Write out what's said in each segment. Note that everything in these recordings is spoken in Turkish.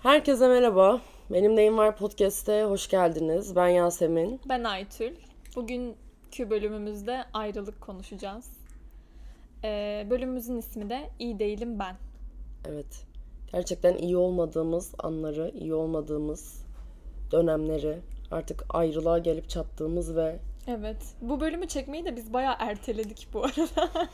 Herkese merhaba. Benim Neyim Var Podcast'te hoş geldiniz. Ben Yasemin. Ben Aytül. Bugünkü bölümümüzde ayrılık konuşacağız. Bölümümüzün ismi de İyi Değilim Ben. Evet. Gerçekten iyi olmadığımız anları, iyi olmadığımız dönemleri, artık ayrılığa gelip çattığımız ve Evet, bu bölümü çekmeyi de biz bayağı erteledik bu arada.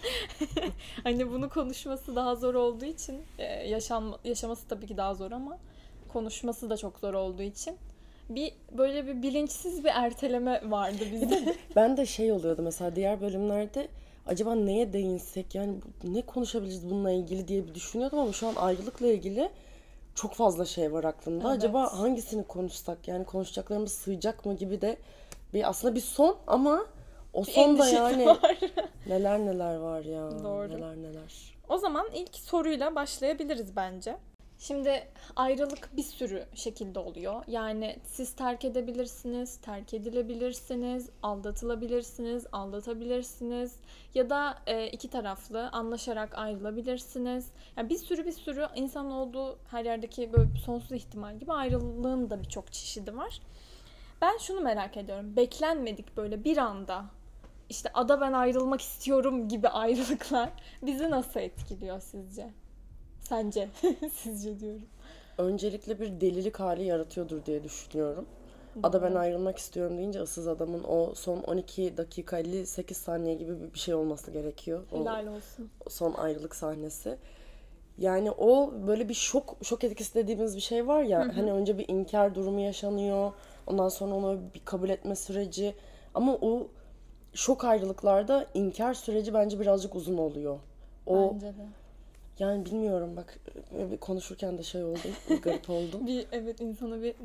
Hani bunu konuşması daha zor olduğu için, yaşaması tabii ki daha zor ama konuşması da çok zor olduğu için böyle bir bilinçsiz bir erteleme vardı bizde. ben de şey oluyordu mesela diğer bölümlerde acaba neye değinsek yani ne konuşabiliriz bununla ilgili diye bir düşünüyordum ama şu an ayrılıkla ilgili çok fazla şey var aklımda. Evet. Acaba hangisini konuşsak yani konuşacaklarımız sığacak mı gibi de aslında bir son ama o son da Endişesi yani var. neler neler var ya. Doğru. Neler neler. O zaman ilk soruyla başlayabiliriz bence. Şimdi ayrılık bir sürü şekilde oluyor. Yani siz terk edebilirsiniz, terk edilebilirsiniz, aldatılabilirsiniz, aldatabilirsiniz ya da iki taraflı anlaşarak ayrılabilirsiniz. Yani bir sürü insan olduğu her yerdeki böyle sonsuz ihtimal gibi ayrılığın da birçok çeşidi var. Ben şunu merak ediyorum. Beklenmedik böyle bir anda işte ada ben ayrılmak istiyorum gibi ayrılıklar bizi nasıl etkiliyor sizce? Sence? Sizce diyorum. Öncelikle bir delilik hali yaratıyordur diye düşünüyorum. Ada ben ayrılmak istiyorum deyince ıssız adamın o son 12 dakika 58 saniye gibi bir şey olması gerekiyor. Helal olsun. O son ayrılık sahnesi. Yani o böyle bir şok etkisi dediğimiz bir şey var ya. Hani önce bir inkar durumu yaşanıyor. Ondan sonra onu bir kabul etme süreci. Ama o şok ayrılıklarda inkar süreci bence birazcık uzun oluyor. O Bence de. yani bilmiyorum bak konuşurken de şey oldu. Garip oldum. Evet, insanı bir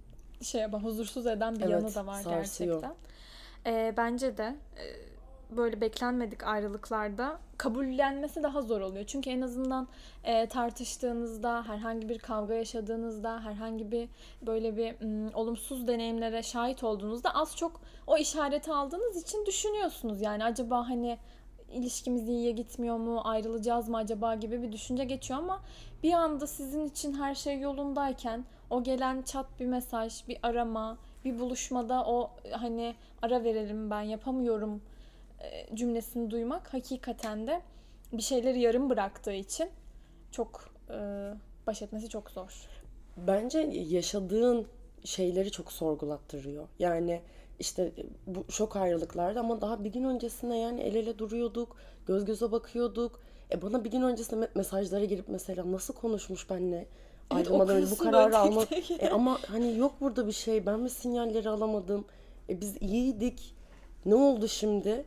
huzursuz eden bir Evet, yanı da var sarsıyor. gerçekten. Bence de böyle beklenmedik ayrılıklarda kabullenmesi daha zor oluyor. Çünkü en azından tartıştığınızda, herhangi bir kavga yaşadığınızda, herhangi bir böyle bir olumsuz deneyimlere şahit olduğunuzda az çok o işareti aldığınız için düşünüyorsunuz. Yani acaba hani ilişkimiz iyiye gitmiyor mu, ayrılacağız mı acaba gibi bir düşünce geçiyor ama bir anda sizin için her şey yolundayken o gelen çat bir mesaj, bir arama, bir buluşmada o hani ara verelim ben yapamıyorum cümlesini duymak hakikaten de bir şeyleri yarım bıraktığı için çok baş etmesi çok zor. Bence yaşadığın şeyleri çok sorgulattırıyor. Yani işte bu şok ayrılıklarda ama daha bir gün öncesinde yani el ele duruyorduk, göz göze bakıyorduk. Bana bir gün öncesinde mesajlara girip mesela nasıl konuşmuş benimle Evet, ayrılmadan önce bu okuyorsun kararı böyle almak. tek tek. Ama hani yok burada bir şey. Ben mi sinyalleri alamadım? Biz iyiydik. Ne oldu şimdi?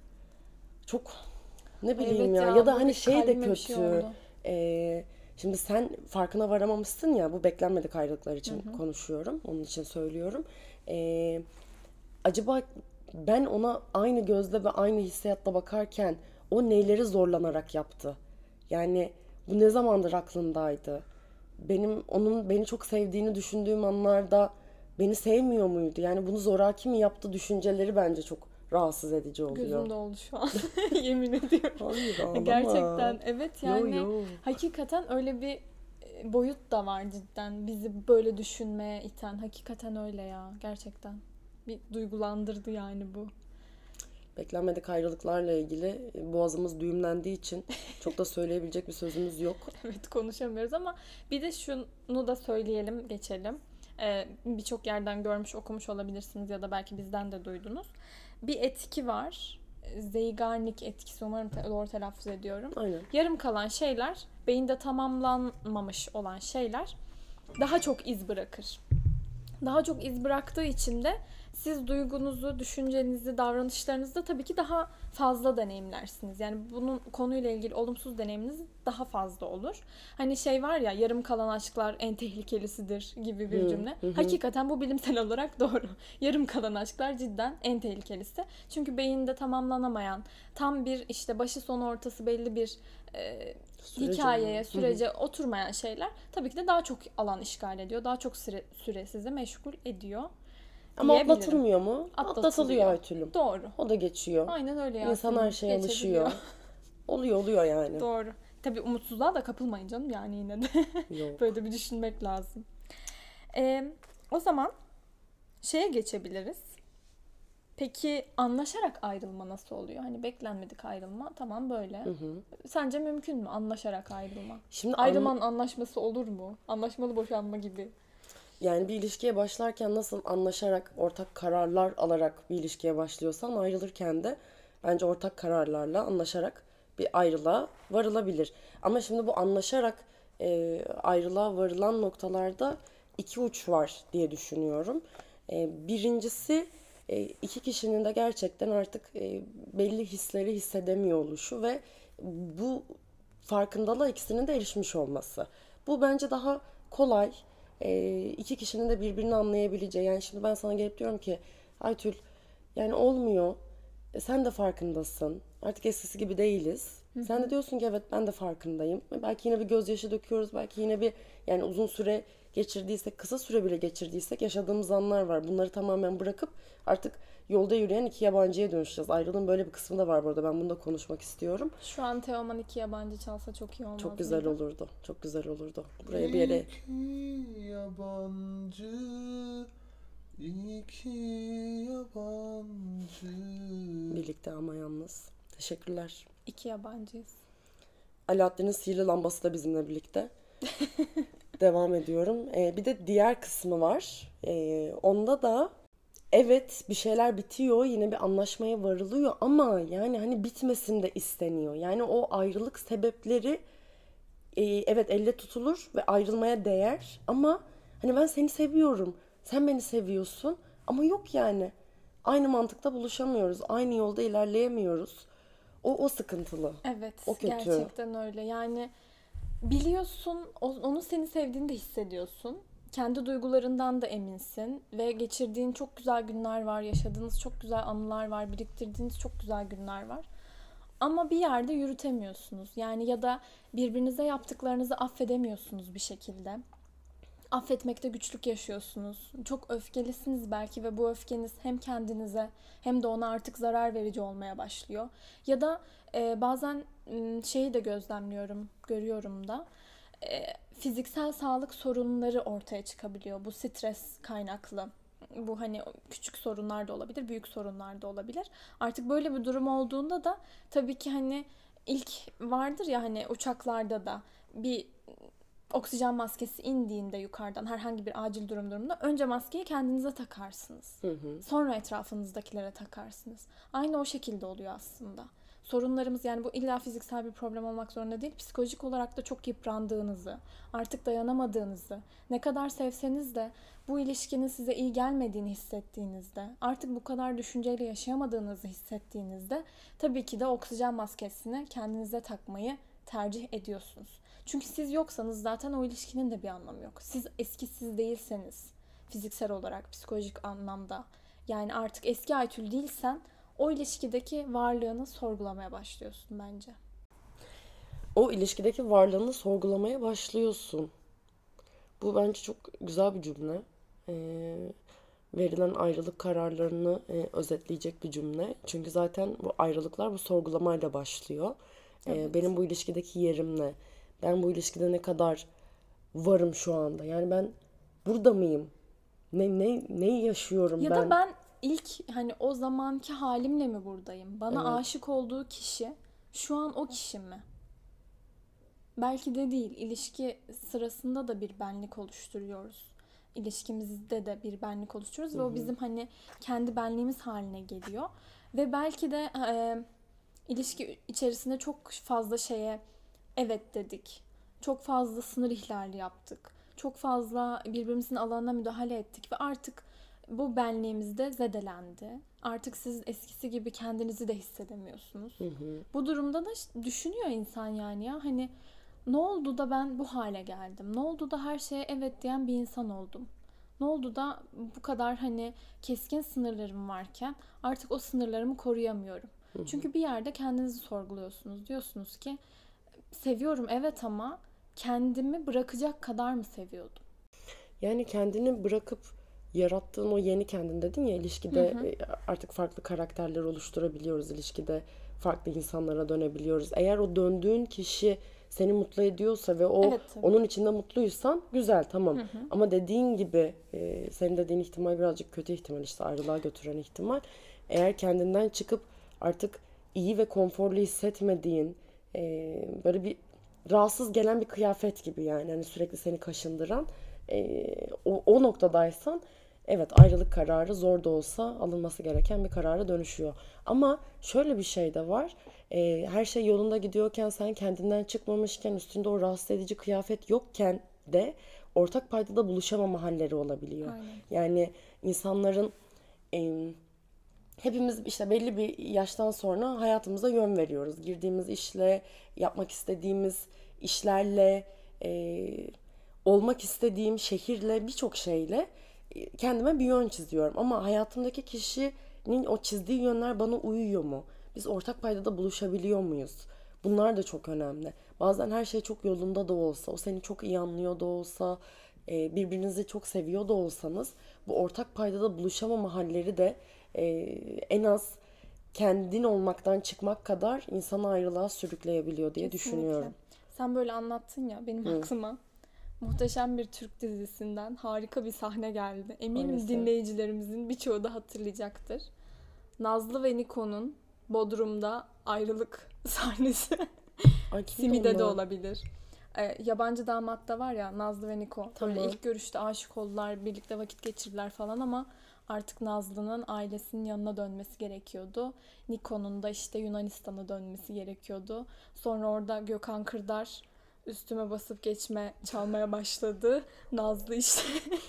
Çok ne bileyim Evet ya. Ya ya, da böyle hani bir şey de kalbime bir şey kötü. oldu. Şimdi sen farkına varamamışsın ya. Bu beklenmedik ayrılıklar için konuşuyorum. Onun için söylüyorum. Ee, Acaba ben ona aynı gözle ve aynı hissiyatla bakarken o neleri zorlanarak yaptı? Yani bu ne zamandır aklındaydı? Benim onun beni çok sevdiğini düşündüğüm anlarda beni sevmiyor muydu? Yani bunu zoraki mi yaptı düşünceleri bence çok rahatsız edici oluyor. Gözüm doldu şu an. Yemin ediyorum. Hayır ağlama. Gerçekten evet, Yo yani yo. hakikaten öyle bir boyut da var cidden. Bizi böyle düşünmeye iten. Hakikaten öyle ya. Gerçekten. Bir duygulandırdı yani bu. Beklenmedik ayrılıklarla ilgili boğazımız düğümlendiği için çok da söyleyebilecek bir sözümüz yok. Evet, konuşamıyoruz ama bir de şunu da söyleyelim, geçelim. Birçok yerden görmüş, okumuş olabilirsiniz ya da belki bizden de duydunuz. Bir etki var. Zeigarnik etkisi, umarım doğru telaffuz ediyorum. Aynen. Yarım kalan şeyler, beyinde tamamlanmamış olan şeyler daha çok iz bırakır. Daha çok iz bıraktığı için de siz duygunuzu, düşüncenizi, davranışlarınızda tabii ki daha fazla deneyimlersiniz. Yani bunun konuyla ilgili olumsuz deneyiminiz daha fazla olur. Hani şey var ya, yarım kalan aşklar en tehlikelisidir gibi bir cümle. Hakikaten bu bilimsel olarak doğru. Yarım kalan aşklar cidden en tehlikelisi. Çünkü beyinde tamamlanamayan, tam bir işte başı sonu ortası belli bir hikayeye, sürece oturmayan şeyler tabii ki de daha çok alan işgal ediyor. Daha çok süre sizi meşgul ediyor. Ama atlatılmıyor mu? Atlatılıyor Aytül'üm. Doğru. O da geçiyor. Aynen öyle ya. İnsan her şeye alışıyor. Oluyor yani. Doğru. Tabii umutsuzluğa da kapılmayın canım yani yine de. Yok. Böyle de bir düşünmek lazım. O zaman şeye geçebiliriz. Peki anlaşarak ayrılma nasıl oluyor? Hani beklenmedik ayrılma tamam böyle. Sence mümkün mü anlaşarak ayrılma? Şimdi Ayrılmanın anlaşması olur mu? Anlaşmalı boşanma gibi. yani bir ilişkiye başlarken nasıl anlaşarak, ortak kararlar alarak bir ilişkiye başlıyorsan, ayrılırken de bence ortak kararlarla anlaşarak bir ayrılığa varılabilir. Ama şimdi bu anlaşarak ayrılığa varılan noktalarda iki uç var diye düşünüyorum. Birincisi iki kişinin de gerçekten artık belli hisleri hissedemiyor oluşu ve bu farkındalığa ikisinin de erişmiş olması. Bu bence daha kolay. İki kişinin de birbirini anlayabileceği. Yani şimdi ben sana gelip diyorum ki Aytül, yani olmuyor. Sen de farkındasın. Artık eskisi gibi değiliz. Sen de diyorsun ki evet, ben de farkındayım. Belki yine bir gözyaşı döküyoruz. Belki yine bir, yani uzun süre geçirdiysek, kısa süre bile geçirdiysek yaşadığımız anlar var. Bunları tamamen bırakıp artık yolda yürüyen iki yabancıya dönüşeceğiz. Ayrılığın böyle bir kısmı da var burada. Ben bunu da konuşmak istiyorum. Şu an Teoman 2 yabancı çalsa çok iyi olmaz Çok güzel mıydı? olurdu. Çok güzel olurdu. Buraya bir yere İki yabancı, iki yabancı. birlikte ama yalnız. Teşekkürler. 2 yabancıyız. Alaaddin'in sihirli lambası da bizimle birlikte. Devam ediyorum. Bir de diğer kısmı var. Onda da evet, bir şeyler bitiyor, yine bir anlaşmaya varılıyor ama yani hani bitmesin de isteniyor. Yani o ayrılık sebepleri evet elle tutulur ve ayrılmaya değer ama hani ben seni seviyorum, sen beni seviyorsun ama yok yani. Aynı mantıkta buluşamıyoruz, aynı yolda ilerleyemiyoruz. O sıkıntılı. Evet, O kötü. gerçekten öyle. Yani biliyorsun, onun seni sevdiğini de hissediyorsun. Kendi duygularından da eminsin ve geçirdiğin çok güzel günler var, yaşadığınız çok güzel anılar var, biriktirdiğiniz çok güzel günler var. Ama bir yerde yürütemiyorsunuz. Yani ya da birbirinize yaptıklarınızı affedemiyorsunuz bir şekilde. Affetmekte güçlük yaşıyorsunuz. Çok öfkelisiniz belki ve bu öfkeniz hem kendinize hem de ona artık zarar verici olmaya başlıyor. Ya da bazen şeyi de gözlemliyorum, görüyorum da. Fiziksel sağlık sorunları ortaya çıkabiliyor. Bu stres kaynaklı. Bu hani küçük sorunlar da olabilir, büyük sorunlar da olabilir. Artık böyle bir durum olduğunda da tabii ki hani ilk vardır ya hani uçaklarda da bir oksijen maskesi indiğinde yukarıdan herhangi bir acil durumda önce maskeyi kendinize takarsınız. Sonra etrafınızdakilere takarsınız. Aynı o şekilde oluyor aslında. Sorunlarımız, yani bu illa fiziksel bir problem olmak zorunda değil. Psikolojik olarak da çok yıprandığınızı, artık dayanamadığınızı, ne kadar sevseniz de bu ilişkinin size iyi gelmediğini hissettiğinizde, artık bu kadar düşünceyle yaşayamadığınızı hissettiğinizde tabii ki de oksijen maskesini kendinize takmayı tercih ediyorsunuz. Çünkü siz yoksanız zaten o ilişkinin de bir anlamı yok. Siz eski siz değilseniz, fiziksel olarak, psikolojik anlamda, yani artık eski Aytül değilsen o ilişkideki varlığını sorgulamaya başlıyorsun bence. O ilişkideki varlığını sorgulamaya başlıyorsun. Bu bence çok güzel bir cümle. Verilen ayrılık kararlarını özetleyecek bir cümle. Çünkü zaten bu ayrılıklar bu sorgulamayla başlıyor. Evet. Benim bu ilişkideki yerim ne? Ben bu ilişkide ne kadar varım şu anda? Yani ben burada mıyım? Ne yaşıyorum Ya ben? da ben ilk hani o zamanki halimle mi buradayım? Bana Evet. aşık olduğu kişi şu an o kişi mi? Belki de değil. İlişki sırasında da bir benlik oluşturuyoruz. İlişkimizde de bir benlik oluşturuyoruz ve o bizim hani kendi benliğimiz haline geliyor. Ve belki de ilişki içerisinde çok fazla şeye evet dedik. Çok fazla sınır ihlali yaptık. Çok fazla birbirimizin alanına müdahale ettik ve artık bu benliğimiz de zedelendi. Artık siz eskisi gibi kendinizi de hissedemiyorsunuz. Bu durumda da düşünüyor insan yani ya hani ne oldu da ben bu hale geldim? Ne oldu da her şeye evet diyen bir insan oldum? Ne oldu da bu kadar hani keskin sınırlarım varken artık o sınırlarımı koruyamıyorum? Çünkü bir yerde kendinizi sorguluyorsunuz. Diyorsunuz ki seviyorum evet ama kendimi bırakacak kadar mı seviyordum? Yani kendini bırakıp yarattığın o yeni kendin dedin ya, ilişkide artık farklı karakterler oluşturabiliyoruz. İlişkide farklı insanlara dönebiliyoruz. Eğer o döndüğün kişi seni mutlu ediyorsa ve o Evet, tabii. onun içinde mutluysan güzel, tamam. Ama dediğin gibi senin dediğin ihtimal birazcık kötü ihtimal, işte ayrılığa götüren ihtimal. Eğer kendinden çıkıp artık iyi ve konforlu hissetmediğin böyle bir rahatsız gelen bir kıyafet gibi, yani hani sürekli seni kaşındıran o noktadaysan, evet, ayrılık kararı zor da olsa alınması gereken bir karara dönüşüyor. Ama şöyle bir şey de var. Her şey yolunda gidiyorken, sen kendinden çıkmamışken, üstünde o rahatsız edici kıyafet yokken de ortak paydada buluşamama halleri olabiliyor. Aynen. Yani insanların hepimiz işte belli bir yaştan sonra hayatımıza yön veriyoruz. Girdiğimiz işle, yapmak istediğimiz işlerle, olmak istediğim şehirle, birçok şeyle kendime bir yön çiziyorum. Ama hayatımdaki kişinin o çizdiği yönler bana uyuyor mu? Biz ortak paydada buluşabiliyor muyuz? Bunlar da çok önemli. Bazen her şey çok yolunda da olsa, o seni çok iyi anlıyor da olsa, birbirinizi çok seviyor da olsanız, bu ortak paydada buluşamama halleri de e, en az kendin olmaktan çıkmak kadar insanı ayrılığa sürükleyebiliyor diye Kesinlikle. düşünüyorum. Sen böyle anlattın ya, benim aklıma muhteşem bir Türk dizisinden harika bir sahne geldi. Eminim Hangisi? dinleyicilerimizin birçoğu da hatırlayacaktır. Nazlı ve Niko'nun Bodrum'da ayrılık sahnesi. Ay, kimdi Simide de onlar? olabilir. Yabancı Damat'ta var ya, Nazlı ve Niko. Böyle Tamam. ilk görüşte aşık oldular, birlikte vakit geçirdiler falan ama artık Nazlı'nın ailesinin yanına dönmesi gerekiyordu. Niko'nun da işte Yunanistan'a dönmesi gerekiyordu. Sonra orada Gökhan Kırdar üstüme basıp geçme çalmaya başladı. Nazlı işte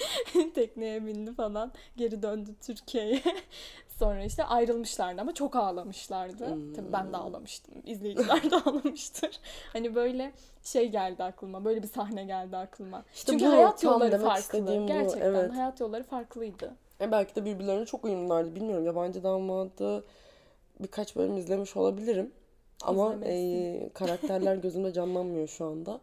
tekneye bindi falan. Geri döndü Türkiye'ye. Sonra işte ayrılmışlardı ama çok ağlamışlardı. Tabii ben de ağlamıştım. İzleyiciler de ağlamıştır. Hani böyle şey geldi aklıma. Böyle bir sahne geldi aklıma. İşte Çünkü bu, hayat tam yolları demek farklı. istediğim bu, Gerçekten evet. hayat yolları farklıydı. Belki de birbirlerine çok uyumlulardı. Bilmiyorum, Yabancı Damad'ı birkaç bölüm izlemiş olabilirim. Ama İzlemelisin. karakterler gözümde canlanmıyor şu anda.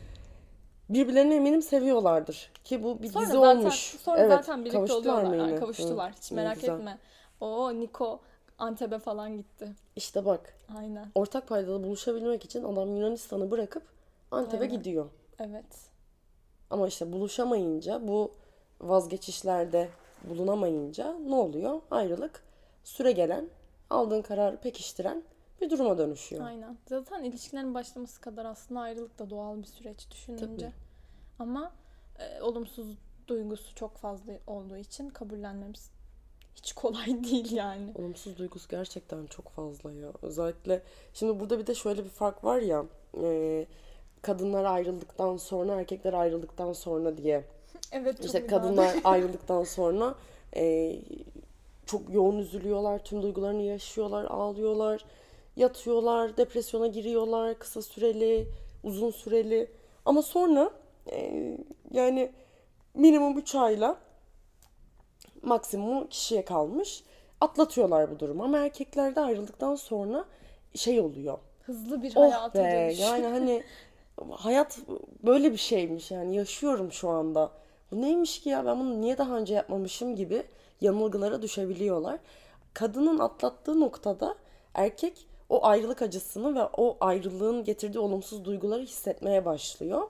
Birbirlerini eminim seviyorlardır. Ki bu bir Sonra dizi zaten olmuş. sonra Evet, zaten birlikte kavuştular mı oluyorlar. yine? Kavuştular. Hiç İyi, merak güzel. etme. O Niko Antep'e falan gitti. İşte bak, Aynen. ortak paydada buluşabilmek için adam Yunanistan'ı bırakıp Antep'e Aynen. gidiyor. Evet. Ama işte buluşamayınca, bu vazgeçişlerde bulunamayınca ne oluyor? Ayrılık, süregelen, aldığın kararı pekiştiren bir duruma dönüşüyor. Aynen. Zaten ilişkilerin başlaması kadar aslında ayrılık da doğal bir süreç düşününce. Tabii. Ama olumsuz duygusu çok fazla olduğu için kabullenmemiz hiç kolay değil yani. Olumsuz duygusu gerçekten çok fazla ya. Özellikle şimdi burada bir de şöyle bir fark var ya. Kadınlar ayrıldıktan sonra, erkekler ayrıldıktan sonra diye. Evet, çok İşte müdahale. kadınlar ayrıldıktan sonra çok yoğun üzülüyorlar, tüm duygularını yaşıyorlar, ağlıyorlar, yatıyorlar, depresyona giriyorlar, kısa süreli, uzun süreli. Ama sonra yani minimum 3 ayla maksimum kişiye kalmış, atlatıyorlar bu durumu. Ama erkeklerde ayrıldıktan sonra şey oluyor. Hızlı bir Oh hayata be, dönüş. yani hani hayat böyle bir şeymiş, yani yaşıyorum şu anda. Bu neymiş ki ya, ben bunu niye daha önce yapmamışım gibi yanılgılara düşebiliyorlar. Kadının atlattığı noktada erkek o ayrılık acısını ve o ayrılığın getirdiği olumsuz duyguları hissetmeye başlıyor.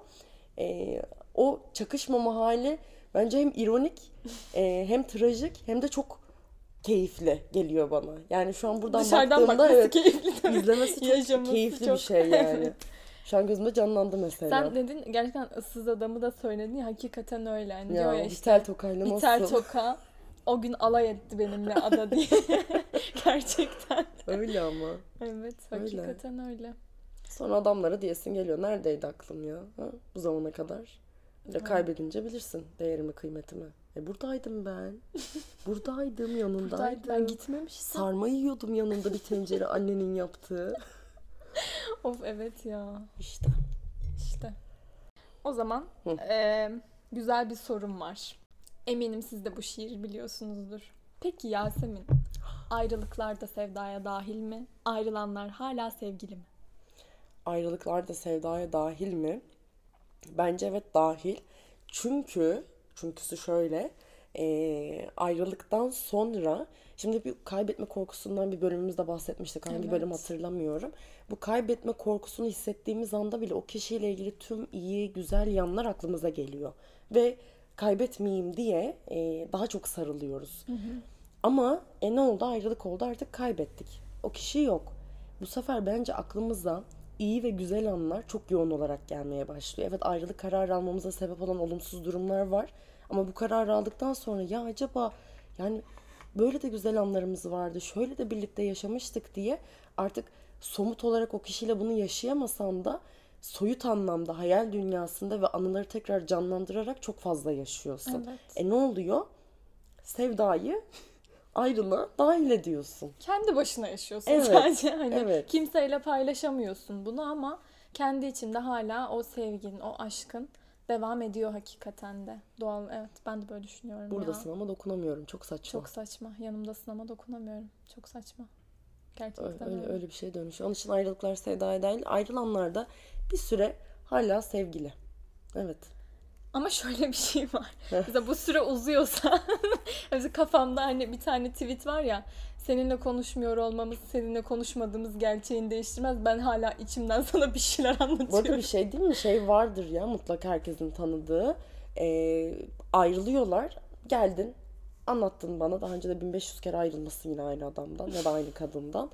O çakışmama hali bence hem ironik, hem trajik, hem de çok keyifli geliyor bana. Yani şu an buradan Dışarıdan baktığımda bakması evet, keyifli tabii. izlemesi çok Yaşaması keyifli çok. bir şey yani. Evet. Şu an gözümde canlandı mesela. Sen dedin, gerçekten ıssız adamı da söyledin ya, hakikaten öyle. Hani diyor Ya ya o işte Vitel Tokay'la biter nasıl? toka o gün alay etti benimle ada diye. Gerçekten. Öyle ama. Evet, Öyle. hakikaten öyle. Sonra adamlara diyesin geliyor. Neredeydi aklım ya? Ha? Bu zamana kadar. Böyle kaybedince bilirsin değerimi, kıymetimi. Buradaydım ben. Buradaydım, yanındaydım. Buradaydı, ben gitmemiştim. Sarma yiyordum yanında bir tencere annenin yaptığı. Of, evet ya. İşte. İşte. O zaman güzel bir sorum var. Eminim siz de bu şiiri biliyorsunuzdur. Peki Yasemin, ayrılıklar da sevdaya dahil mi? Ayrılanlar hala sevgili mi? Ayrılıklar da sevdaya dahil mi? Bence evet, dahil. Çünküsü şöyle. ayrılıktan sonra, şimdi bir kaybetme korkusundan bir bölümümüzde bahsetmiştik. Hangi bölüm Evet. hatırlamıyorum. Bu kaybetme korkusunu hissettiğimiz anda bile o kişiyle ilgili tüm iyi, güzel yanlar aklımıza geliyor. Ve kaybetmeyeyim diye daha çok sarılıyoruz. Ama ne oldu? Ayrılık oldu, artık kaybettik. O kişi yok. Bu sefer bence aklımıza iyi ve güzel anlar çok yoğun olarak gelmeye başlıyor. Evet, ayrılık kararı almamıza sebep olan olumsuz durumlar var. Ama bu kararı aldıktan sonra ya acaba yani böyle de güzel anlarımız vardı, şöyle de birlikte yaşamıştık diye artık somut olarak o kişiyle bunu yaşayamasam da soyut anlamda hayal dünyasında ve anıları tekrar canlandırarak çok fazla yaşıyorsun. Evet. Ne oluyor? Sevdayı ayrılığa dahil ediyorsun. Kendi başına yaşıyorsun Evet, sadece. Hani evet. kimseyle paylaşamıyorsun bunu ama kendi içinde hala o sevgin, o aşkın devam ediyor hakikaten de. Doğal, evet, ben de böyle düşünüyorum Buradasın ya. ama dokunamıyorum. Çok saçma. Çok saçma. Yanımdasın ama dokunamıyorum. Çok saçma. Gerçekten Öyle, öyle. öyle bir şey dönüşüyor. Onun için ayrılıklar sevdaya dahil. Ayrılanlar da bir süre hala sevgili. Evet. Ama şöyle bir şey var. Mesela bu süre uzuyorsa mesela kafamda hani bir tane tweet var ya, seninle konuşmuyor olmamız seninle konuşmadığımız gerçeğini değiştirmez. Ben hala içimden sana bir şeyler Bu arada anlatıyorum. bir şey değil mi? Şey vardır ya, mutlaka herkesin tanıdığı. Ayrılıyorlar. Geldin. Anlattın bana. Daha önce de 1500 kere ayrılmasın yine aynı adamdan ya da aynı kadından.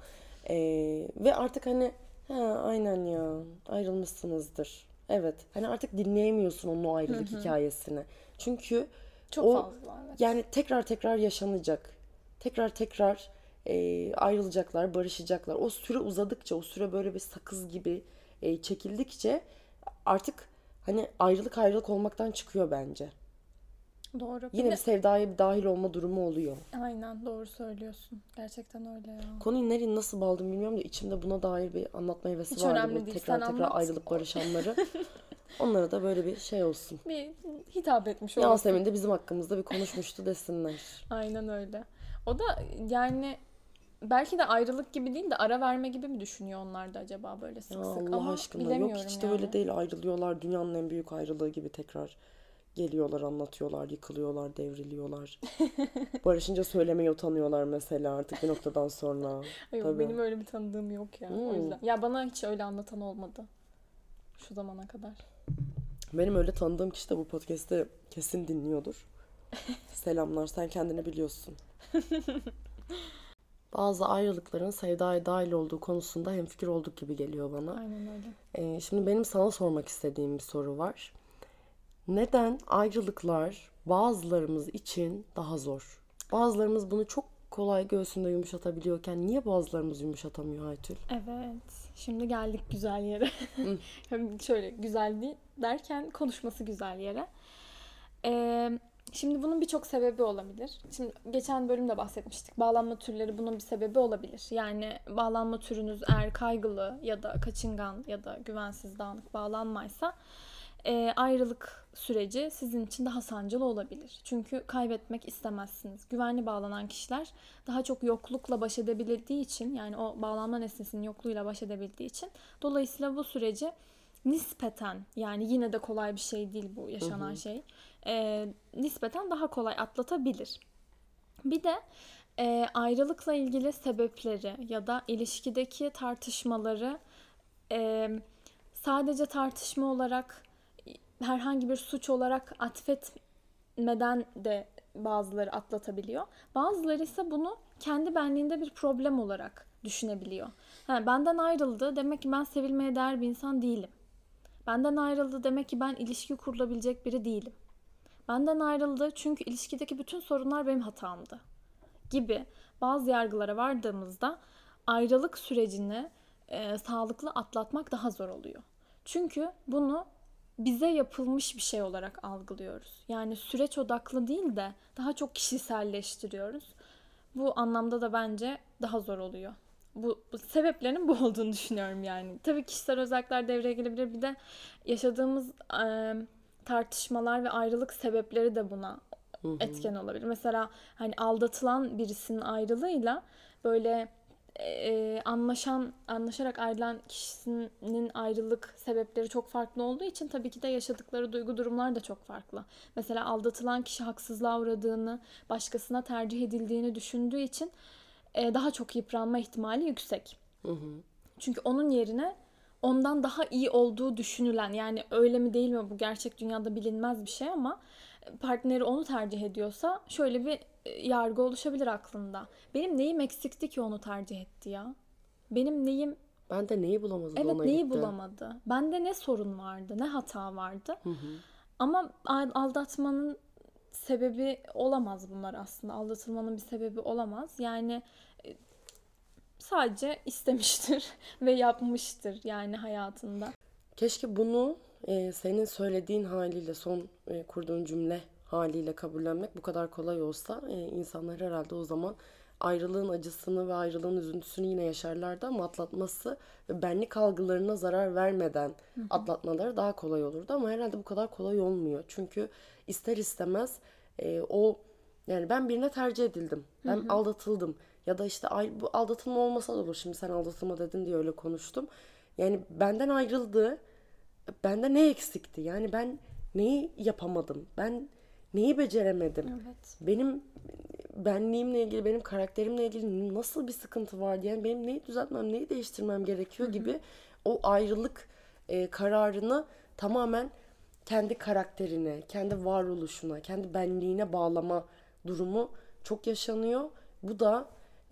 Ve artık hani aynen ya, ayrılmışsınızdır. Evet. Hani artık dinleyemiyorsun onun o ayrılık hikayesini. Çünkü Çok o fazla, evet. yani tekrar tekrar yaşanacak. Tekrar tekrar ayrılacaklar, barışacaklar. O süre uzadıkça, o süre böyle bir sakız gibi çekildikçe artık hani ayrılık olmaktan çıkıyor bence. Doğru. Yine bir sevdaya bir dahil olma durumu oluyor. Aynen, doğru söylüyorsun. Gerçekten öyle ya. Konuyu nereye nasıl bağladım bilmiyorum da içimde buna dair bir anlatma hevesi Hiç vardı. önemli Bu değil, tekrar sen tekrar anlat. ayrılıp barışanları. Onlara da böyle bir şey olsun. Bir hitap etmiş olasın. Yasemin de bizim hakkımızda bir konuşmuştu desinler. Aynen öyle. O da yani belki de ayrılık gibi değil de ara verme gibi mi düşünüyor onlar da acaba böyle sık Ya sık, Allah ama aşkına, yok bilemiyorum hiç de yani. öyle değil, ayrılıyorlar dünyanın en büyük ayrılığı gibi tekrar geliyorlar, anlatıyorlar, yıkılıyorlar, devriliyorlar. Barışınca söylemeye utanıyorlar mesela artık bir noktadan sonra. Yok, Tabii. benim öyle bir tanıdığım yok ya. O yüzden. Ya bana hiç öyle anlatan olmadı şu zamana kadar. Benim öyle tanıdığım kişi de bu podcast'i kesin dinliyordur. Selamlar, sen kendini biliyorsun. Bazı ayrılıkların sevdaya dahil olduğu konusunda hemfikir olduk gibi geliyor bana. Aynen öyle. Şimdi benim sana sormak istediğim bir soru var. Neden ayrılıklar bazılarımız için daha zor? Bazılarımız bunu çok kolay göğsünde yumuşatabiliyorken niye bazılarımız yumuşatamıyor Aytül? Evet. Şimdi geldik güzel yere. Hem şöyle güzel değil derken konuşması güzel yere. Şimdi bunun birçok sebebi olabilir. Şimdi geçen bölümde bahsetmiştik. Bağlanma türleri bunun bir sebebi olabilir. Yani bağlanma türünüz eğer kaygılı ya da kaçıngan ya da güvensiz, dağınık bağlanmaysa ayrılık süreci sizin için daha sancılı olabilir. Çünkü kaybetmek istemezsiniz. Güvenli bağlanan kişiler daha çok yoklukla baş edebildiği için, yani o bağlanma nesnesinin yokluğuyla baş edebildiği için, dolayısıyla bu süreci nispeten, yani yine de kolay bir şey değil bu yaşanan şey, nispeten daha kolay atlatabilir. Bir de ayrılıkla ilgili sebepleri ya da ilişkideki tartışmaları sadece tartışma olarak, herhangi bir suç olarak atfetmeden de bazıları atlatabiliyor. Bazıları ise bunu kendi benliğinde bir problem olarak düşünebiliyor. Benden ayrıldı, demek ki ben sevilmeye değer bir insan değilim. Benden ayrıldı, demek ki ben ilişki kurulabilecek biri değilim. Benden ayrıldı çünkü ilişkideki bütün sorunlar benim hatamdı gibi bazı yargılara vardığımızda ayrılık sürecini sağlıklı atlatmak daha zor oluyor. Çünkü bunu bize yapılmış bir şey olarak algılıyoruz. Yani süreç odaklı değil de daha çok kişiselleştiriyoruz. Bu anlamda da bence daha zor oluyor. Bu sebeplerinin bu olduğunu düşünüyorum yani. Tabii kişisel özellikler devreye gelebilir. Bir de yaşadığımız tartışmalar ve ayrılık sebepleri de buna etken olabilir. Mesela hani aldatılan birisinin ayrılığıyla böyle anlaşarak ayrılan kişinin ayrılık sebepleri çok farklı olduğu için tabii ki de yaşadıkları duygu durumlar da çok farklı. Mesela aldatılan kişi haksızlığa uğradığını, başkasına tercih edildiğini düşündüğü için daha çok yıpranma ihtimali yüksek. Çünkü onun yerine ondan daha iyi olduğu düşünülen, yani öyle mi değil mi bu gerçek dünyada bilinmez bir şey ama partneri onu tercih ediyorsa şöyle bir yargı oluşabilir aklında. Benim neyim eksikti ki onu tercih etti ya? Benim neyim... Ben de neyi bulamadı da Evet, ona neyi gitti. bulamadı? Bende ne sorun vardı, ne hata vardı? Ama aldatmanın sebebi olamaz bunlar aslında. Aldatılmanın bir sebebi olamaz. Yani sadece istemiştir ve yapmıştır yani hayatında. Keşke bunu senin söylediğin haliyle, son kurduğun cümle haliyle kabullenmek bu kadar kolay olsa insanlar herhalde o zaman ayrılığın acısını ve ayrılığın üzüntüsünü yine yaşarlardı ama atlatması ve benlik algılarına zarar vermeden atlatmaları daha kolay olurdu ama herhalde bu kadar kolay olmuyor. Çünkü ister istemez yani ben birine tercih edildim. Ben aldatıldım. Ya da işte bu aldatılma olmasa da olur. Şimdi sen aldatılma dedin diye öyle konuştum. Yani benden ayrıldı. Bende ne eksikti? Yani ben neyi yapamadım? Ben neyi beceremedim? Evet. Benim benliğimle ilgili, benim karakterimle ilgili nasıl bir sıkıntı vardı? Yani benim neyi düzeltmem, neyi değiştirmem gerekiyor gibi o ayrılık kararını tamamen kendi karakterine, kendi varoluşuna, kendi benliğine bağlama durumu çok yaşanıyor. Bu da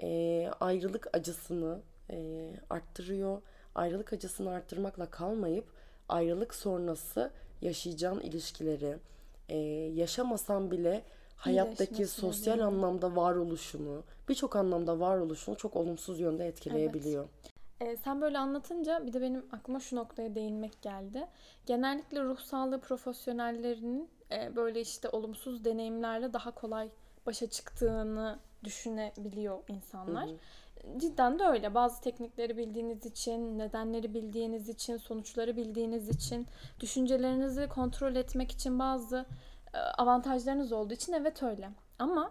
ayrılık acısını arttırıyor. Ayrılık acısını arttırmakla kalmayıp ayrılık sonrası yaşayacağın ilişkileri yaşamasan bile hayattaki sosyal anlamda varoluşunu, birçok anlamda varoluşunu çok olumsuz yönde etkileyebiliyor. Sen böyle anlatınca bir de benim aklıma şu noktaya değinmek geldi. Genellikle ruh sağlığı profesyonellerinin böyle işte olumsuz deneyimlerle daha kolay başa çıktığını düşünebiliyor insanlar. Cidden de öyle. Bazı teknikleri bildiğiniz için, nedenleri bildiğiniz için, sonuçları bildiğiniz için, düşüncelerinizi kontrol etmek için bazı avantajlarınız olduğu için evet öyle. Ama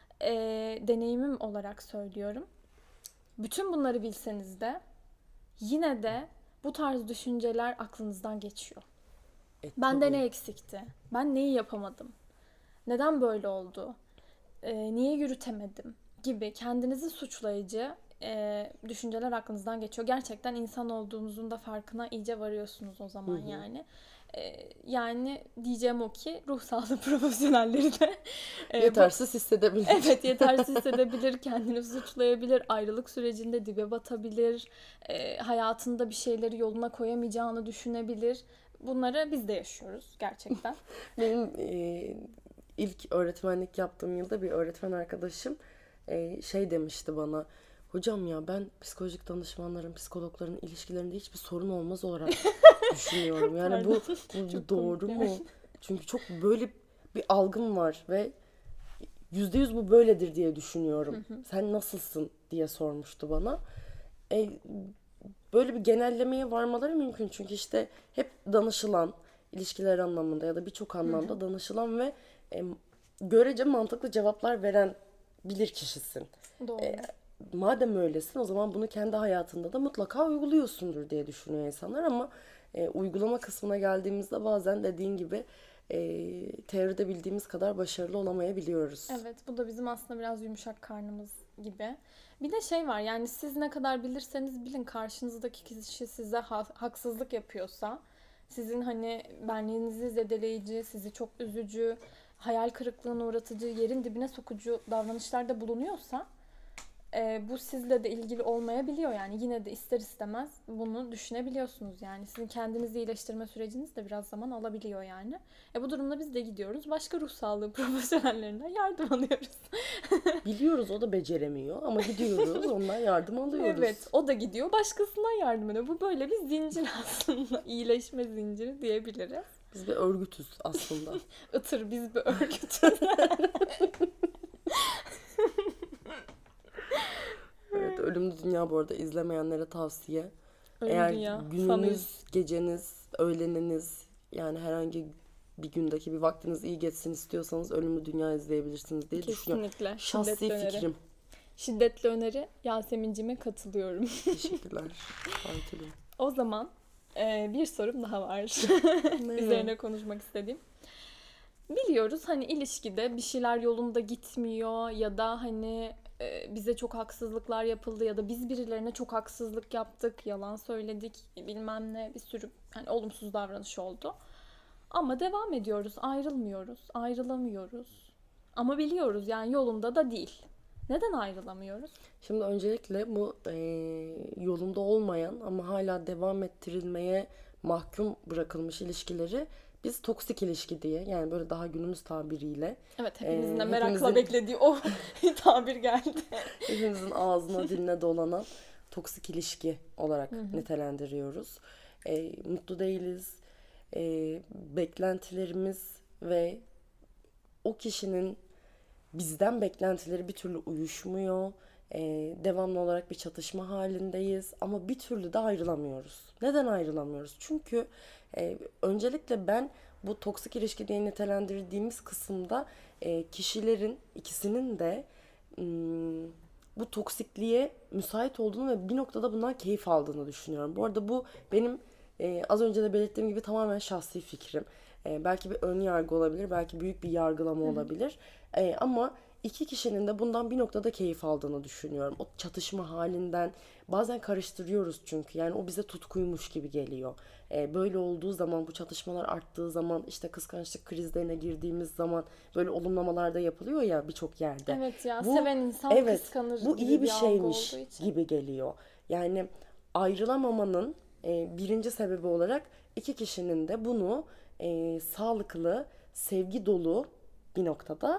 deneyimim olarak söylüyorum. Bütün bunları bilseniz de yine de bu tarz düşünceler aklınızdan geçiyor. Bende ne eksikti? Ben neyi yapamadım? Neden böyle oldu? Niye yürütemedim? Gibi kendinizi suçlayıcı düşünceler aklınızdan geçiyor. Gerçekten insan olduğunuzun da farkına iyice varıyorsunuz o zaman yani. Yani diyeceğim o ki ruh sağlığı profesyonelleri de yetersiz hissedebilir. Evet, yetersiz hissedebilir, kendini suçlayabilir, ayrılık sürecinde dibe batabilir, hayatında bir şeyleri yoluna koyamayacağını düşünebilir. Bunları biz de yaşıyoruz gerçekten. Benim ilk öğretmenlik yaptığım yılda bir öğretmen arkadaşım şey demişti bana. Hocam ya ben psikolojik danışmanların, psikologların ilişkilerinde hiçbir sorun olmaz olarak düşünüyorum. Yani bu doğru mu? Çünkü çok böyle bir algım var ve %100 bu böyledir diye düşünüyorum. Sen nasılsın diye sormuştu bana. Böyle bir genellemeye varmaları mümkün. Çünkü işte hep danışılan, ilişkiler anlamında ya da birçok anlamda danışılan ve görece mantıklı cevaplar veren bilir kişisin. Doğru. Madem öylesin o zaman bunu kendi hayatında da mutlaka uyguluyorsundur diye düşünüyor insanlar ama uygulama kısmına geldiğimizde bazen dediğin gibi teoride bildiğimiz kadar başarılı olamayabiliyoruz. Evet, bu da bizim aslında biraz yumuşak karnımız gibi. Bir de şey var, yani siz ne kadar bilirseniz bilin, karşınızdaki kişi size haksızlık yapıyorsa, sizin hani benliğinizi zedeleyici, sizi çok üzücü, hayal kırıklığına uğratıcı, yerin dibine sokucu davranışlarda bulunuyorsa bu sizle de ilgili olmayabiliyor. Yani yine de ister istemez bunu düşünebiliyorsunuz yani. Sizin kendinizi iyileştirme süreciniz de biraz zaman alabiliyor yani. Bu durumda biz de gidiyoruz. Başka ruh sağlığı profesyonellerinden yardım alıyoruz. Biliyoruz o da beceremiyor ama gidiyoruz ondan yardım alıyoruz. Evet, o da gidiyor başkasından yardım ediyor. Bu böyle bir zincir aslında. İyileşme zinciri diyebiliriz. Biz bir örgütüz aslında. Itır, biz bir örgütüz. Evet, Ölümlü Dünya bu arada izlemeyenlere tavsiye. Ölümlü Eğer Dünya, gününüz, geceniz, öğleniniz yani herhangi bir gündeki bir vaktiniz iyi geçsin istiyorsanız Ölümlü Dünya izleyebilirsiniz diye düşünüyorum. Kesinlikle. Şahsi fikrim. Şiddetli öneri, Yasemin'cime katılıyorum. Teşekkürler. Aytül'üm. O zaman bir sorum daha var. Ne? Üzerine konuşmak istediğim. Biliyoruz hani ilişkide bir şeyler yolunda gitmiyor ya da hani bize çok haksızlıklar yapıldı ya da biz birilerine çok haksızlık yaptık, yalan söyledik, bilmem ne, bir sürü hani olumsuz davranış oldu. Ama devam ediyoruz, ayrılmıyoruz, ayrılamıyoruz. Ama biliyoruz yani yolunda da değil. Neden ayrılamıyoruz? Şimdi öncelikle bu yolunda olmayan ama hala devam ettirilmeye mahkum bırakılmış ilişkileri biz toksik ilişki diye, yani böyle daha günümüz tabiriyle Evet, hepimizin de Ee, merakla hepimizin- beklediği o tabir geldi. hepimizin ağzına diline dolanan toksik ilişki olarak nitelendiriyoruz. Mutlu değiliz. Beklentilerimiz ve o kişinin bizden beklentileri bir türlü uyuşmuyor. Devamlı olarak bir çatışma halindeyiz ama bir türlü de ayrılamıyoruz. Neden ayrılamıyoruz? Çünkü öncelikle ben bu toksik ilişki diye nitelendirdiğimiz kısımda kişilerin ikisinin de bu toksikliğe müsait olduğunu ve bir noktada bundan keyif aldığını düşünüyorum. Bu arada bu benim az önce de belirttiğim gibi tamamen şahsi fikrim. Belki bir ön yargı olabilir, belki büyük bir yargılama olabilir. Ama iki kişinin de bundan bir noktada keyif aldığını düşünüyorum. O çatışma halinden bazen karıştırıyoruz çünkü. Yani o bize tutkuymuş gibi geliyor. Böyle olduğu zaman, bu çatışmalar arttığı zaman, işte kıskançlık krizlerine girdiğimiz zaman böyle olumlamalar da yapılıyor ya birçok yerde. Evet ya, Bu- seven insan Evet, kıskanır bu gibi iyi bir algı şeymiş olduğu için. gibi geliyor. Yani ayrılamamanın birinci sebebi olarak iki kişinin de bunu sağlıklı, sevgi dolu bir noktada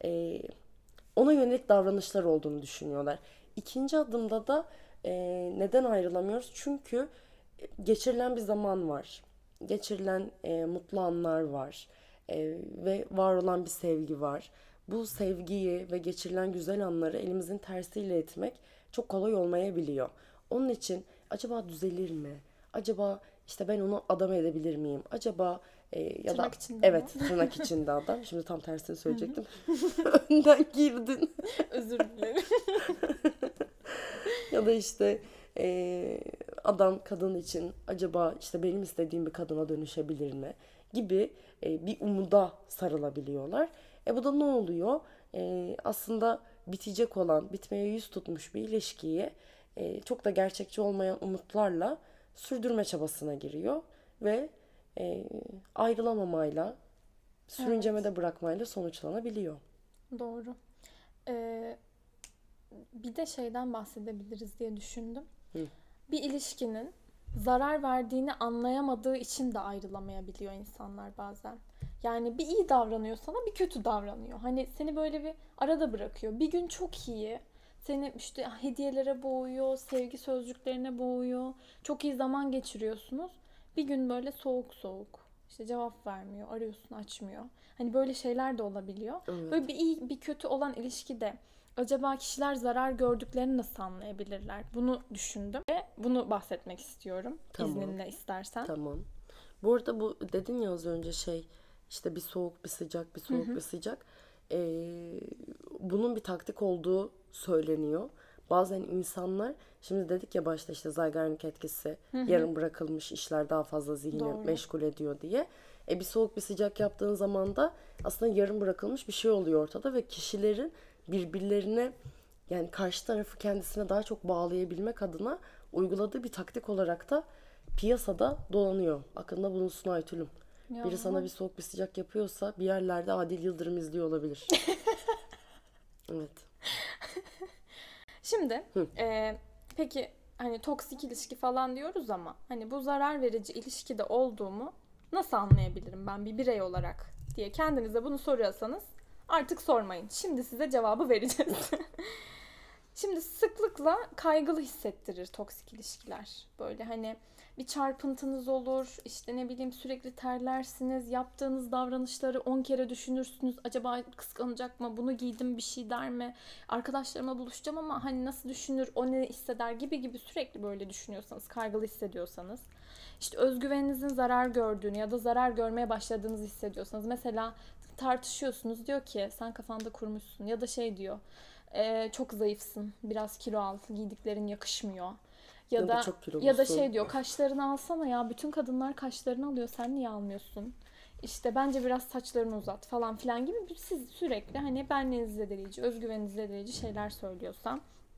ona yönelik davranışlar olduğunu düşünüyorlar. İkinci adımda da neden ayrılamıyoruz? Çünkü geçirilen bir zaman var. Geçirilen mutlu anlar var. Ve var olan bir sevgi var. Bu sevgiyi ve geçirilen güzel anları elimizin tersiyle etmek çok kolay olmayabiliyor. Onun için acaba düzelir mi? Acaba işte ben onu adam edebilir miyim? Acaba ya da Tırnak içinde evet, ama. tırnak içinde adam. Şimdi tam tersini söyleyecektim. Önden girdin. Özür dilerim. Ya da işte adam kadın için acaba işte benim istediğim bir kadına dönüşebilir mi gibi bir umuda sarılabiliyorlar. Bu da ne oluyor? Aslında bitecek olan, bitmeye yüz tutmuş bir ilişkiyi çok da gerçekçi olmayan umutlarla sürdürme çabasına giriyor ve ayrılamamayla, sürüncemede bırakmayla sonuçlanabiliyor. Doğru. Bir de şeyden bahsedebiliriz diye düşündüm. Bir ilişkinin zarar verdiğini anlayamadığı için de ayrılamayabiliyor insanlar bazen. Yani bir iyi davranıyor sana, bir kötü davranıyor. Hani seni böyle bir arada bırakıyor. Bir gün çok iyi. Seni işte hediyelere boğuyor, sevgi sözcüklerine boğuyor. Çok iyi zaman geçiriyorsunuz. Bir gün böyle soğuk soğuk. İşte cevap vermiyor, arıyorsun açmıyor. Hani böyle şeyler de olabiliyor. Evet. Böyle bir iyi bir kötü olan ilişkide acaba kişiler zarar gördüklerini nasıl anlayabilirler? Bunu düşündüm ve bunu bahsetmek istiyorum. Tamam. İzninle istersen. Tamam. Bu arada bu dedin ya az önce işte bir soğuk bir sıcak, bir soğuk bir sıcak. Bunun bir taktik olduğu söyleniyor. Bazen insanlar, şimdi dedik ya başta işte Zeigarnik etkisi, yarım bırakılmış işler daha fazla zihni Doğru. meşgul ediyor diye. Bir soğuk bir sıcak yaptığın zaman da aslında yarım bırakılmış bir şey oluyor ortada ve kişilerin birbirlerine, yani karşı tarafı kendisine daha çok bağlayabilmek adına uyguladığı bir taktik olarak da piyasada dolanıyor. Aklında bulunsun Aytül'üm. Ya. Biri sana bir soğuk bir sıcak yapıyorsa bir yerlerde Adil Yıldırım izliyor olabilir. Evet. Şimdi peki hani toksik ilişki falan diyoruz ama hani bu zarar verici ilişkide olduğumu nasıl anlayabilirim ben bir birey olarak diye kendinize bunu soruyorsanız artık sormayın. Şimdi size cevabı vereceğiz. Şimdi sıklıkla kaygılı hissettirir toksik ilişkiler. Böyle hani bir çarpıntınız olur, işte ne bileyim sürekli terlersiniz, yaptığınız davranışları 10 kere düşünürsünüz. Acaba kıskanacak mı, bunu giydim bir şey der mi, arkadaşlarıma buluşacağım ama hani nasıl düşünür, o ne hisseder gibi sürekli böyle düşünüyorsanız, kaygılı hissediyorsanız. İşte özgüveninizin zarar gördüğünü ya da zarar görmeye başladığınızı hissediyorsanız. Mesela tartışıyorsunuz, diyor ki sen kafanda kurmuşsun, ya da şey diyor, çok zayıfsın, biraz kilo al, giydiklerin yakışmıyor. Ya Ya da da çok ya da kilolusun. şey diyor, kaşlarını alsana ya, bütün kadınlar kaşlarını alıyor, sen niye almıyorsun? İşte bence biraz saçlarını uzat falan filan gibi siz sürekli hani benliğinizi zedeleyici, özgüveninizi zedeleyici şeyler söylüyorsam,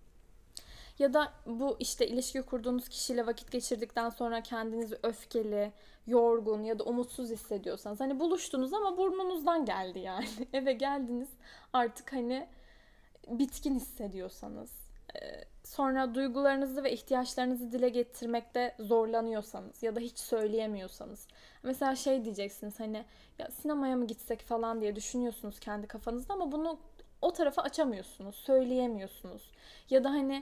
ya da bu işte ilişki kurduğunuz kişiyle vakit geçirdikten sonra kendinizi öfkeli, yorgun ya da umutsuz hissediyorsanız, hani buluştunuz ama burnunuzdan geldi yani. Eve geldiniz, artık hani bitkin hissediyorsanız, sonra duygularınızı ve ihtiyaçlarınızı dile getirmekte zorlanıyorsanız ya da hiç söyleyemiyorsanız. Mesela şey diyeceksiniz, hani ya sinemaya mı gitsek falan diye düşünüyorsunuz kendi kafanızda ama bunu o tarafa açamıyorsunuz, söyleyemiyorsunuz. Ya da hani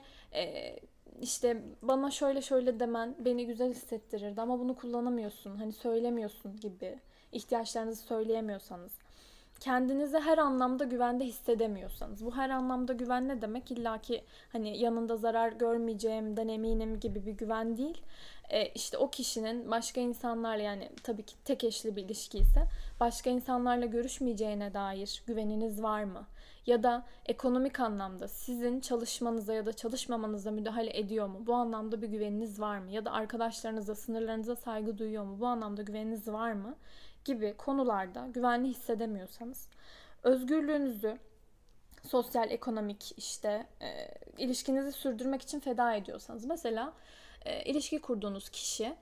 işte bana şöyle şöyle demen beni güzel hissettirirdi ama bunu kullanamıyorsun, hani söylemiyorsun gibi ihtiyaçlarınızı söyleyemiyorsanız, kendinizi her anlamda güvende hissedemiyorsanız. Bu her anlamda güven ne demek? İlla ki hani yanında zarar görmeyeceğimden eminim gibi bir güven değil. İşte o kişinin başka insanlarla, yani tabii ki tek eşli bir ilişki ise, başka insanlarla görüşmeyeceğine dair güveniniz var mı? Ya da ekonomik anlamda sizin çalışmanıza ya da çalışmamanıza müdahale ediyor mu? Bu anlamda bir güveniniz var mı? Ya da arkadaşlarınıza, sınırlarınıza saygı duyuyor mu? Bu anlamda güveniniz var mı? Gibi konularda güvenli hissedemiyorsanız, özgürlüğünüzü sosyal, ekonomik, işte ilişkinizi sürdürmek için feda ediyorsanız, mesela ilişki kurduğunuz kişi,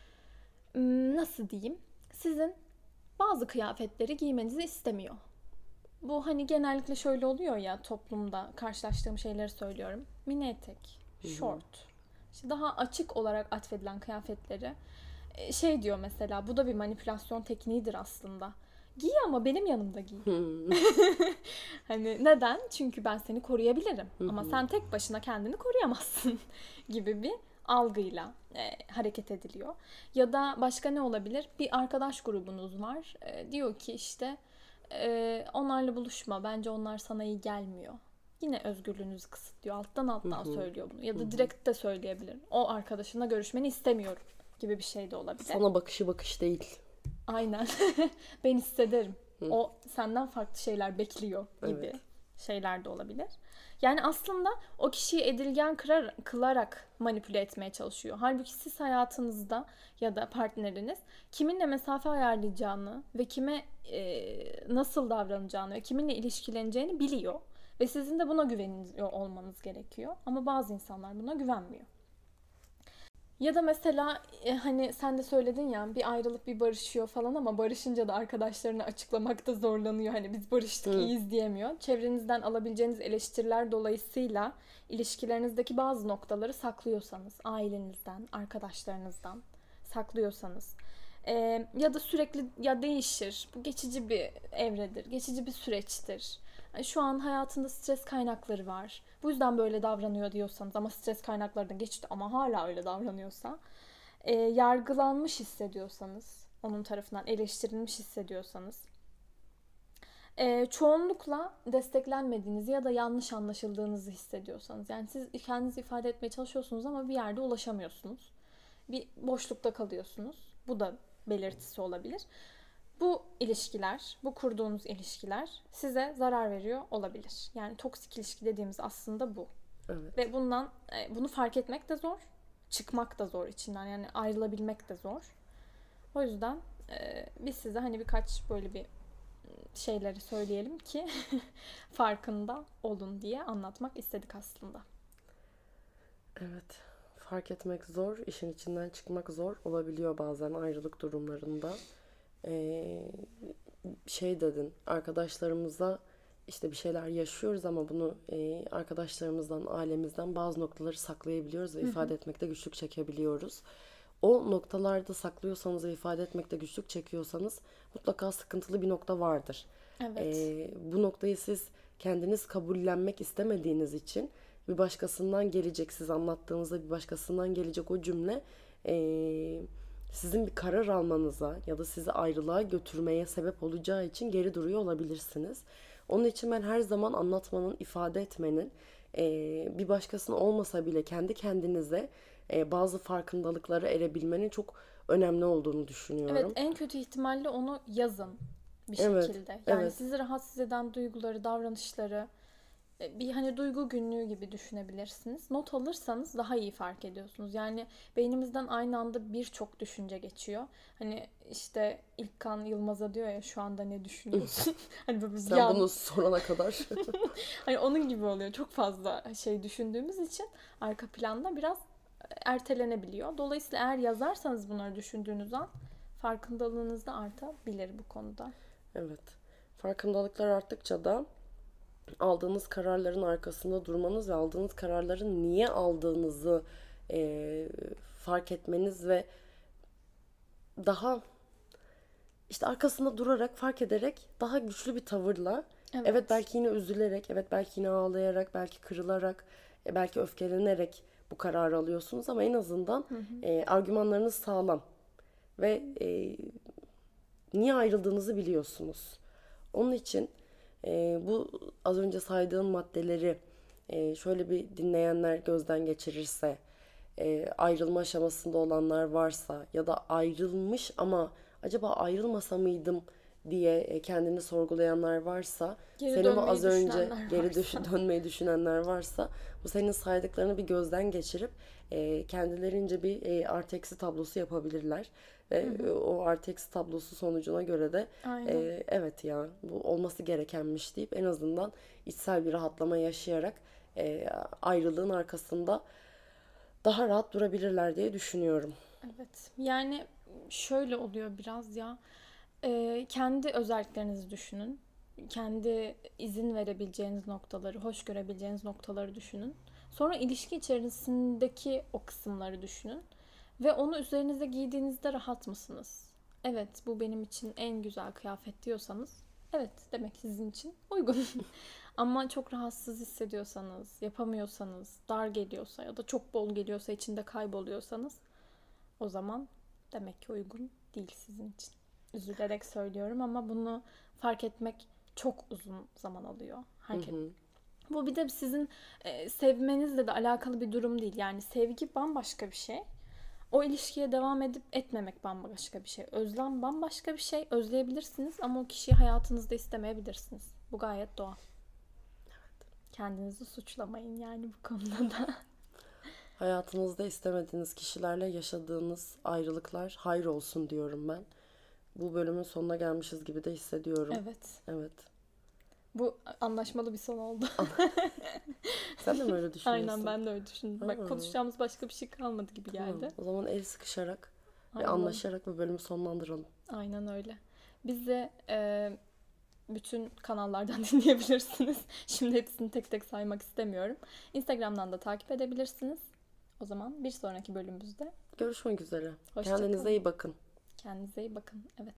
nasıl diyeyim, sizin bazı kıyafetleri giymenizi istemiyor. Bu hani genellikle şöyle oluyor ya, toplumda karşılaştığım şeyleri söylüyorum. Mini etek, şort, işte daha açık olarak atfedilen kıyafetleri şey diyor mesela, bu da bir manipülasyon tekniğidir aslında. Giy ama benim yanımda giy. Hani neden? Çünkü ben seni koruyabilirim. Ama sen tek başına kendini koruyamazsın gibi bir algıyla hareket ediliyor. Ya da başka ne olabilir? Bir arkadaş grubunuz var. Diyor ki işte onlarla buluşma. Bence onlar sana iyi gelmiyor. Yine özgürlüğünüzü kısıtlıyor. Alttan söylüyor bunu. Ya da direkt de söyleyebilir. O arkadaşınla görüşmeni istemiyorum gibi bir şey de olabilir. Sana bakışı bakış değil. Aynen. Ben hissederim. O senden farklı şeyler bekliyor gibi şeyler de olabilir. Yani aslında o kişiyi edilgen kılarak manipüle etmeye çalışıyor. Halbuki siz hayatınızda ya da partneriniz kiminle mesafe ayarlayacağını ve kime nasıl davranacağını ve kiminle ilişkileneceğini biliyor. Ve sizin de buna güveniyor olmanız gerekiyor. Ama bazı insanlar buna güvenmiyor. Ya da mesela hani sen de söyledin ya, bir ayrılıp bir barışıyor falan ama barışınca da arkadaşlarına açıklamakta zorlanıyor. Hani biz barıştık, iyiyiz diyemiyor. Çevrenizden alabileceğiniz eleştiriler dolayısıyla ilişkilerinizdeki bazı noktaları saklıyorsanız, ailenizden, arkadaşlarınızdan saklıyorsanız, ya da sürekli ya değişir, bu geçici bir evredir, geçici bir süreçtir, yani şu an hayatında stres kaynakları var, bu yüzden böyle davranıyor diyorsanız ama stres kaynakları da geçti ama hala öyle davranıyorsa, yargılanmış hissediyorsanız, onun tarafından eleştirilmiş hissediyorsanız, çoğunlukla desteklenmediğinizi ya da yanlış anlaşıldığınızı hissediyorsanız, yani siz kendinizi ifade etmeye çalışıyorsunuz ama bir yerde ulaşamıyorsunuz, bir boşlukta kalıyorsunuz, bu da belirtisi olabilir. Bu ilişkiler, bu kurduğunuz ilişkiler size zarar veriyor olabilir. Yani toksik ilişki dediğimiz aslında bu. Evet. Ve bunu fark etmek de zor, çıkmak da zor içinden, yani ayrılabilmek de zor. O yüzden biz size hani birkaç böyle bir şeyleri söyleyelim ki farkında olun diye anlatmak istedik aslında. Evet. Fark etmek zor, işin içinden çıkmak zor olabiliyor bazen ayrılık durumlarında. Şey dedin, arkadaşlarımıza işte bir şeyler yaşıyoruz ama bunu arkadaşlarımızdan, ailemizden bazı noktaları saklayabiliyoruz ve ifade etmekte güçlük çekebiliyoruz. O noktalarda saklıyorsanız ve ifade etmekte güçlük çekiyorsanız mutlaka sıkıntılı bir nokta vardır. Evet. Bu noktayı siz kendiniz kabullenmek istemediğiniz için bir başkasından gelecek, siz anlattığınızda bir başkasından gelecek o cümle sizin bir karar almanıza ya da sizi ayrılığa götürmeye sebep olacağı için geri duruyor olabilirsiniz. Onun için ben her zaman anlatmanın, ifade etmenin bir başkasına olmasa bile kendi kendinize bazı farkındalıklara erebilmenin çok önemli olduğunu düşünüyorum. Evet, en kötü ihtimalle onu yazın. bir Evet, şekilde. Yani evet. sizi rahatsız eden duyguları, davranışları bir hani duygu günlüğü gibi düşünebilirsiniz. Not alırsanız daha iyi fark ediyorsunuz. Yani beynimizden aynı anda birçok düşünce geçiyor. Hani işte İlkan Yılmaz'a diyor ya şu anda ne düşünüyorsun? Hani böyle bir Sen bunu sorana kadar. hani onun gibi oluyor. Çok fazla şey düşündüğümüz için arka planda biraz ertelenebiliyor. Dolayısıyla eğer yazarsanız bunları düşündüğünüz an farkındalığınız da artabilir bu konuda. Evet. Farkındalıklar arttıkça da aldığınız kararların arkasında durmanız ve aldığınız kararların niye aldığınızı e, fark etmeniz ve daha işte arkasında durarak, fark ederek daha güçlü bir tavırla, Evet. evet belki yine üzülerek, evet belki yine ağlayarak, belki kırılarak, belki öfkelenerek bu kararı alıyorsunuz ama en azından argümanlarınız sağlam ve niye ayrıldığınızı biliyorsunuz. Onun için bu az önce saydığım maddeleri şöyle bir dinleyenler gözden geçirirse, ayrılma aşamasında olanlar varsa ya da ayrılmış ama acaba ayrılmasa mıydım diye kendini sorgulayanlar varsa, Geri senin bu dönmeyi az önce düşünenler varsa. dönmeyi düşünenler varsa, bu senin saydıklarını bir gözden geçirip kendilerince bir artı eksi tablosu yapabilirler. Ve o artı eksi tablosu sonucuna göre de Aynen. evet ya bu olması gerekenmiş deyip en azından içsel bir rahatlama yaşayarak ayrılığın arkasında daha rahat durabilirler diye düşünüyorum. Evet. Yani şöyle oluyor biraz ya. Kendi özelliklerinizi düşünün. Kendi izin verebileceğiniz noktaları, hoş görebileceğiniz noktaları düşünün. Sonra ilişki içerisindeki o kısımları düşünün. Ve onu üzerinize giydiğinizde rahat mısınız? Evet, bu benim için en güzel kıyafet diyorsanız, evet demek sizin için uygun. Ama çok rahatsız hissediyorsanız, yapamıyorsanız, dar geliyorsa ya da çok bol geliyorsa, içinde kayboluyorsanız, o zaman demek ki uygun değil sizin için. Üzülerek söylüyorum ama bunu fark etmek çok uzun zaman alıyor. Bu bir de sizin sevmenizle de alakalı bir durum değil. Yani sevgi bambaşka bir şey. O ilişkiye devam edip etmemek bambaşka bir şey. Özlem bambaşka bir şey. Özleyebilirsiniz ama o kişiyi hayatınızda istemeyebilirsiniz. Bu gayet doğal. Kendinizi suçlamayın yani bu konuda da. Hayatınızda istemediğiniz kişilerle yaşadığınız ayrılıklar hayır olsun diyorum ben. Bu bölümün sonuna gelmişiz gibi de hissediyorum. Evet. Evet. Bu anlaşmalı bir son oldu. Sen de mi öyle düşünüyorsun? Aynen ben de öyle düşündüm. Bak konuşacağımız başka bir şey kalmadı gibi geldi. Tamam. O zaman el sıkışarak ve Aynen. anlaşarak bu bölümü sonlandıralım. Aynen öyle. Bizi bütün kanallardan dinleyebilirsiniz. Şimdi hepsini tek tek saymak istemiyorum. Instagram'dan da takip edebilirsiniz. O zaman bir sonraki bölümümüzde Görüşmek üzere. hoşça Kendinize kalın. iyi bakın. Kendinize iyi bakın. Evet.